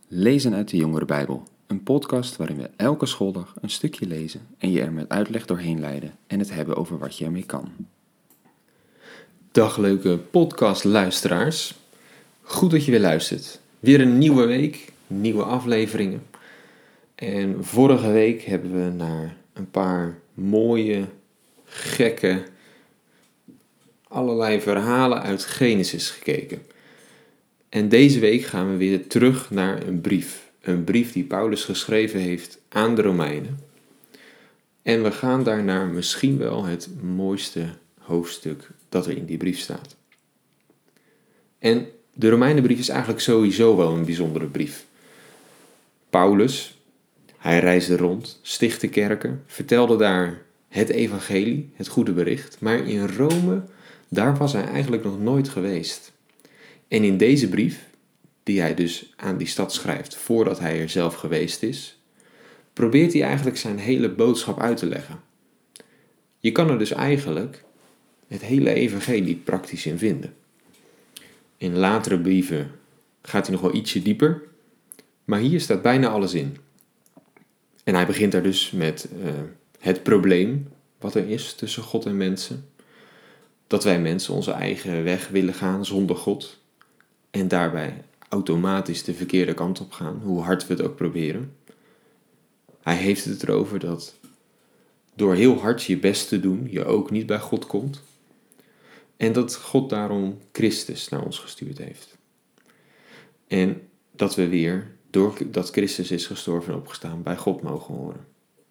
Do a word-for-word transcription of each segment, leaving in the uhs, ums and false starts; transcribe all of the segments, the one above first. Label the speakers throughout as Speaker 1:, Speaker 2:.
Speaker 1: Lezen uit de Jongerenbijbel, een podcast waarin we elke schooldag een stukje lezen en je er met uitleg doorheen leiden en het hebben over wat je ermee kan.
Speaker 2: Dag leuke podcastluisteraars. Goed dat je weer luistert. Weer een nieuwe week, nieuwe afleveringen. En vorige week hebben we naar een paar mooie, gekke, allerlei verhalen uit Genesis gekeken. En deze week gaan we weer terug naar een brief. Een brief die Paulus geschreven heeft aan de Romeinen. En we gaan daar naar misschien wel het mooiste hoofdstuk dat er in die brief staat. En de Romeinenbrief is eigenlijk sowieso wel een bijzondere brief. Paulus, hij reisde rond, stichtte kerken, vertelde daar het evangelie, het goede bericht. Maar in Rome, daar was hij eigenlijk nog nooit geweest. En in deze brief, die hij dus aan die stad schrijft voordat hij er zelf geweest is, probeert hij eigenlijk zijn hele boodschap uit te leggen. Je kan er dus eigenlijk het hele evangelie praktisch in vinden. In latere brieven gaat hij nog wel ietsje dieper, maar hier staat bijna alles in. En hij begint daar dus met uh, het probleem wat er is tussen God en mensen. Dat wij mensen onze eigen weg willen gaan zonder God. En daarbij automatisch de verkeerde kant op gaan, hoe hard we het ook proberen. Hij heeft het erover dat door heel hard je best te doen, je ook niet bij God komt. En dat God daarom Christus naar ons gestuurd heeft. En dat we weer, doordat Christus is gestorven en opgestaan, bij God mogen horen.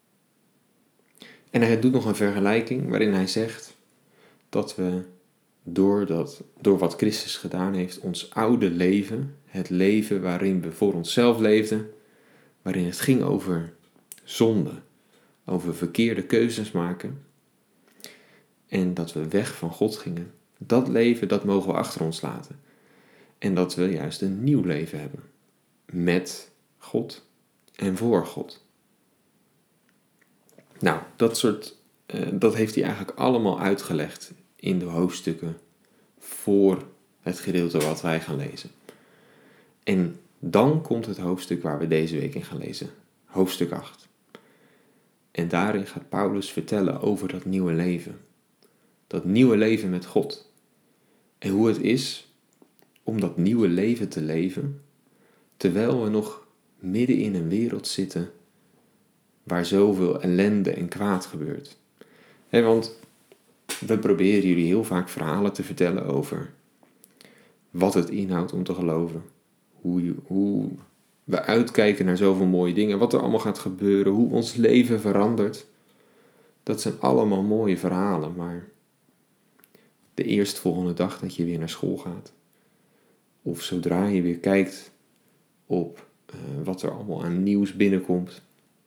Speaker 2: En hij doet nog een vergelijking waarin hij zegt dat we door, dat, door wat Christus gedaan heeft, ons oude leven, het leven waarin we voor onszelf leefden, waarin het ging over zonde, over verkeerde keuzes maken en dat we weg van God gingen, dat leven, dat mogen we achter ons laten. En dat we juist een nieuw leven hebben, met God en voor God. Nou, dat soort, uh, dat heeft hij eigenlijk allemaal uitgelegd in de hoofdstukken voor het gedeelte wat wij gaan lezen. En dan komt het hoofdstuk waar we deze week in gaan lezen, hoofdstuk acht. En daarin gaat Paulus vertellen over dat nieuwe leven. Dat nieuwe leven met God. En hoe het is om dat nieuwe leven te leven, terwijl we nog midden in een wereld zitten waar zoveel ellende en kwaad gebeurt. He, want we proberen jullie heel vaak verhalen te vertellen over wat het inhoudt om te geloven. Hoe, je, hoe we uitkijken naar zoveel mooie dingen, wat er allemaal gaat gebeuren, hoe ons leven verandert. Dat zijn allemaal mooie verhalen, maar de eerstvolgende dag dat je weer naar school gaat, of zodra je weer kijkt op uh, wat er allemaal aan nieuws binnenkomt,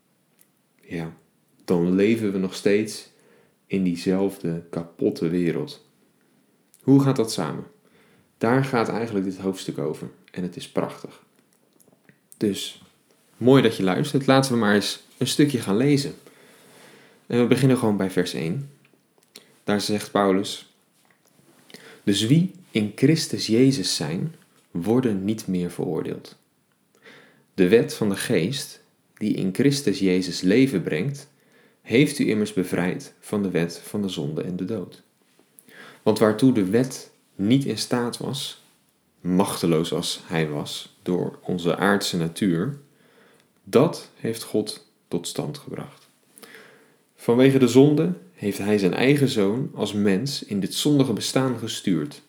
Speaker 2: ja, dan leven we nog steeds in diezelfde kapotte wereld. Hoe gaat dat samen? Daar gaat eigenlijk dit hoofdstuk over en het is prachtig. Dus, mooi dat je luistert. Laten we maar eens een stukje gaan lezen. En we beginnen gewoon bij vers één. Daar zegt Paulus: Dus wie in Christus Jezus zijn, worden niet meer veroordeeld. De wet van de geest, die in Christus Jezus leven brengt, heeft u immers bevrijd van de wet van de zonde en de dood. Want waartoe de wet niet in staat was, machteloos als hij was door onze aardse natuur, dat heeft God tot stand gebracht. Vanwege de zonde heeft hij zijn eigen zoon als mens in dit zondige bestaan gestuurd.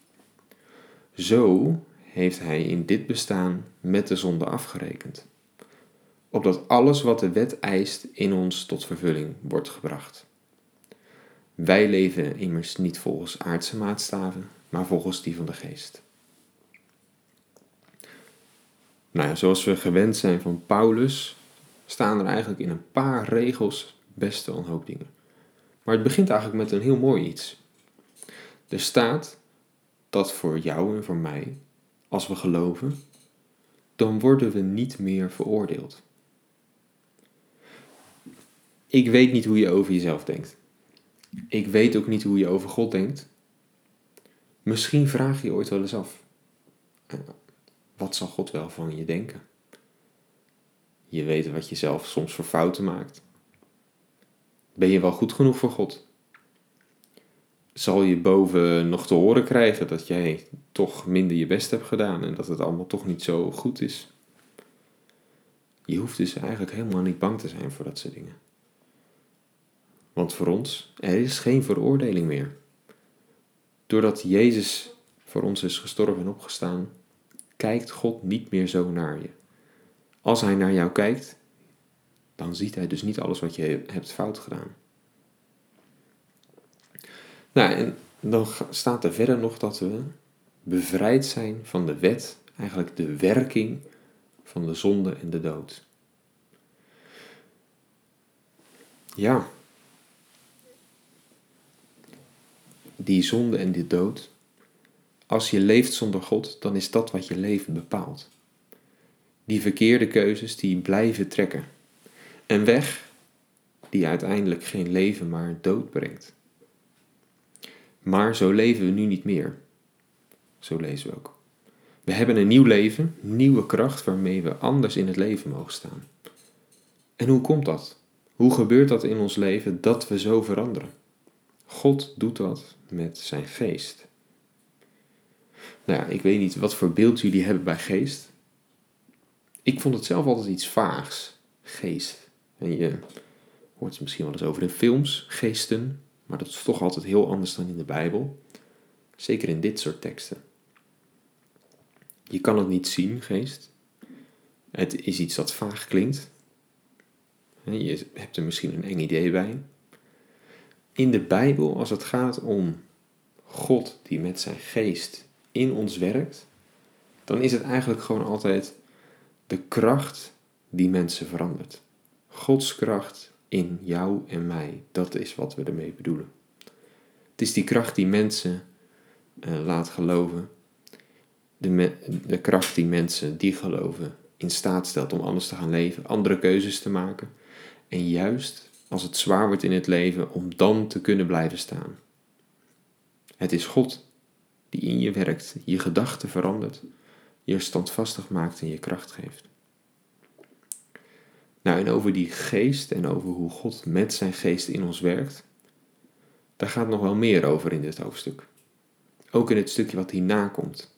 Speaker 2: Zo heeft hij in dit bestaan met de zonde afgerekend, opdat alles wat de wet eist in ons tot vervulling wordt gebracht. Wij leven immers niet volgens aardse maatstaven, maar volgens die van de geest. Nou ja, zoals we gewend zijn van Paulus, staan er eigenlijk in een paar regels best wel een hoop dingen. Maar het begint eigenlijk met een heel mooi iets. Er staat dat voor jou en voor mij, als we geloven, dan worden we niet meer veroordeeld. Ik weet niet hoe je over jezelf denkt. Ik weet ook niet hoe je over God denkt. Misschien vraag je je ooit wel eens af: wat zal God wel van je denken? Je weet wat je zelf soms voor fouten maakt. Ben je wel goed genoeg voor God? Zal je boven nog te horen krijgen dat jij toch minder je best hebt gedaan en dat het allemaal toch niet zo goed is? Je hoeft dus eigenlijk helemaal niet bang te zijn voor dat soort dingen. Want voor ons, er is geen veroordeling meer. Doordat Jezus voor ons is gestorven en opgestaan, kijkt God niet meer zo naar je. Als hij naar jou kijkt, dan ziet hij dus niet alles wat je hebt fout gedaan. Nou, en dan staat er verder nog dat we bevrijd zijn van de wet, eigenlijk de werking van de zonde en de dood. Ja, die zonde en die dood, als je leeft zonder God, dan is dat wat je leven bepaalt. Die verkeerde keuzes die blijven trekken. Een weg die uiteindelijk geen leven maar dood brengt. Maar zo leven we nu niet meer. Zo lezen we ook. We hebben een nieuw leven, nieuwe kracht waarmee we anders in het leven mogen staan. En hoe komt dat? Hoe gebeurt dat in ons leven dat we zo veranderen? God doet dat met zijn geest. Nou ja, ik weet niet wat voor beeld jullie hebben bij geest. Ik vond het zelf altijd iets vaags. Geest. En je hoort het misschien wel eens over in films, geesten. Maar dat is toch altijd heel anders dan in de Bijbel. Zeker in dit soort teksten. Je kan het niet zien, geest. Het is iets dat vaag klinkt. Je hebt er misschien een eng idee bij. In de Bijbel, als het gaat om God die met zijn geest in ons werkt, dan is het eigenlijk gewoon altijd de kracht die mensen verandert. Gods kracht in jou en mij, dat is wat we ermee bedoelen. Het is die kracht die mensen uh, laat geloven. De, me- de kracht die mensen die geloven in staat stelt om anders te gaan leven, andere keuzes te maken. En juist als het zwaar wordt in het leven, om dan te kunnen blijven staan. Het is God die in je werkt, je gedachten verandert, je standvastig maakt en je kracht geeft. Nou, en over die geest en over hoe God met zijn geest in ons werkt, daar gaat nog wel meer over in dit hoofdstuk. Ook in het stukje wat hierna komt.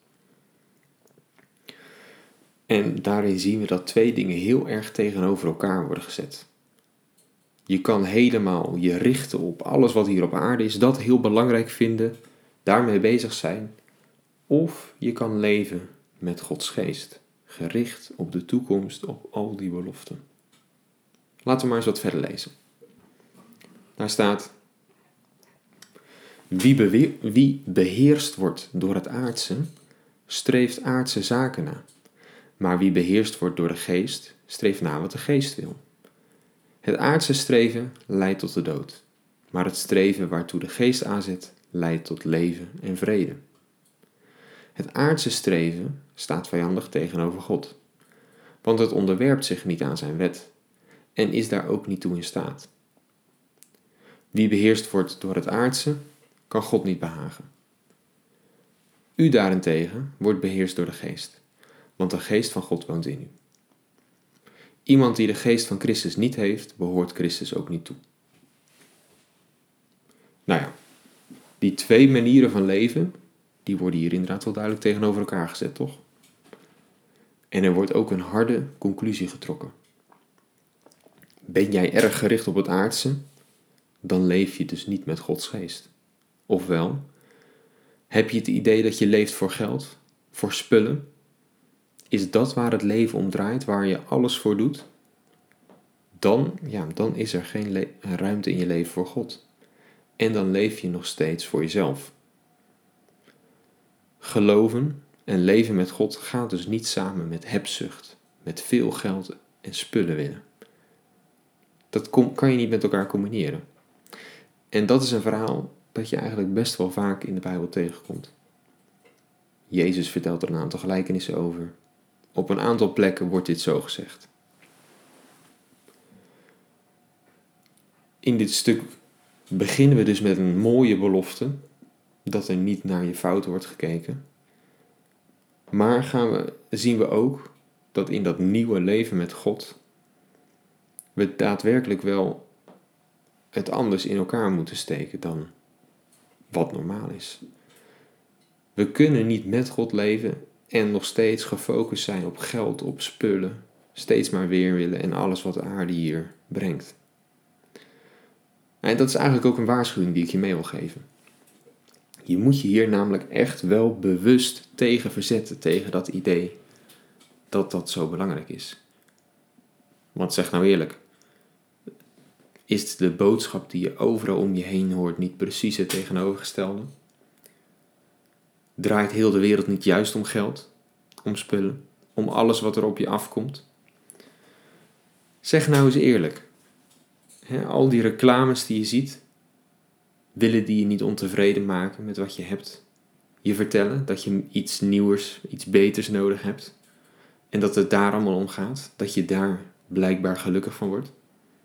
Speaker 2: En daarin zien we dat twee dingen heel erg tegenover elkaar worden gezet. Je kan helemaal je richten op alles wat hier op aarde is, dat heel belangrijk vinden, daarmee bezig zijn. Of je kan leven met Gods geest, gericht op de toekomst, op al die beloften. Laten we maar eens wat verder lezen. Daar staat: Wie, bewe- wie beheerst wordt door het aardse, streeft aardse zaken na. Maar wie beheerst wordt door de geest, streeft na wat de geest wil. Het aardse streven leidt tot de dood, maar het streven waartoe de geest aanzet, leidt tot leven en vrede. Het aardse streven staat vijandig tegenover God, want het onderwerpt zich niet aan zijn wet en is daar ook niet toe in staat. Wie beheerst wordt door het aardse, kan God niet behagen. U daarentegen wordt beheerst door de geest, want de geest van God woont in u. Iemand die de geest van Christus niet heeft, behoort Christus ook niet toe. Nou ja, die twee manieren van leven, die worden hier inderdaad wel duidelijk tegenover elkaar gezet, toch? En er wordt ook een harde conclusie getrokken. Ben jij erg gericht op het aardse, dan leef je dus niet met Gods geest. Ofwel, heb je het idee dat je leeft voor geld, voor spullen? Is dat waar het leven om draait, waar je alles voor doet? Dan, ja, dan is er geen le- ruimte in je leven voor God. En dan leef je nog steeds voor jezelf. Geloven en leven met God gaat dus niet samen met hebzucht, met veel geld en spullen willen. Dat kom, kan je niet met elkaar combineren. En dat is een verhaal dat je eigenlijk best wel vaak in de Bijbel tegenkomt. Jezus vertelt er een aantal gelijkenissen over. Op een aantal plekken wordt dit zo gezegd. In dit stuk beginnen we dus met een mooie belofte, dat er niet naar je fouten wordt gekeken. Maar gaan we, zien we ook dat in dat nieuwe leven met God we daadwerkelijk wel het anders in elkaar moeten steken dan wat normaal is. We kunnen niet met God leven en nog steeds gefocust zijn op geld, op spullen, steeds maar weer willen en alles wat de aarde hier brengt. En dat is eigenlijk ook een waarschuwing die ik je mee wil geven. Je moet je hier namelijk echt wel bewust tegen verzetten, tegen dat idee dat dat zo belangrijk is. Want zeg nou eerlijk, is de boodschap die je overal om je heen hoort niet precies het tegenovergestelde? Draait heel de wereld niet juist om geld, om spullen, om alles wat er op je afkomt? Zeg nou eens eerlijk, hè, al die reclames die je ziet, willen die je niet ontevreden maken met wat je hebt? Je vertellen dat je iets nieuws, iets beters nodig hebt en dat het daar allemaal om gaat, dat je daar blijkbaar gelukkig van wordt?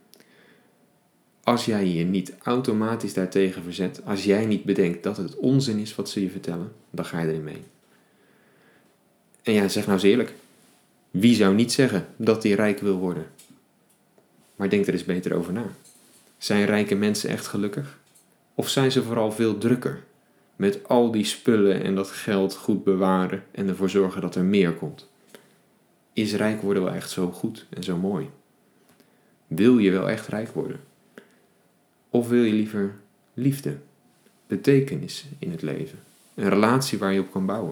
Speaker 2: Als jij je niet automatisch daartegen verzet, als jij niet bedenkt dat het onzin is wat ze je vertellen, dan ga je erin mee. En ja, zeg nou eens eerlijk, wie zou niet zeggen dat hij rijk wil worden? Maar denk er eens beter over na. Zijn rijke mensen echt gelukkig? Of zijn ze vooral veel drukker? Met al die spullen en dat geld goed bewaren en ervoor zorgen dat er meer komt. Is rijk worden wel echt zo goed en zo mooi? Wil je wel echt rijk worden? Of wil je liever liefde, betekenis in het leven, een relatie waar je op kan bouwen?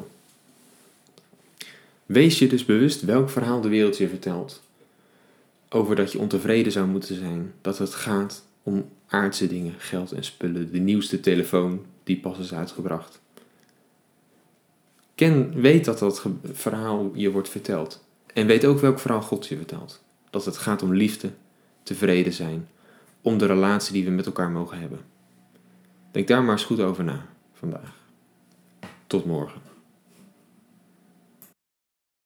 Speaker 2: Wees je dus bewust welk verhaal de wereld je vertelt. Over dat je ontevreden zou moeten zijn, dat het gaat om aardse dingen, geld en spullen, de nieuwste telefoon die pas is uitgebracht. Ken, weet dat dat verhaal je wordt verteld. En weet ook welk verhaal God je vertelt. Dat het gaat om liefde, tevreden zijn, om de relatie die we met elkaar mogen hebben. Denk daar maar eens goed over na vandaag. Tot morgen.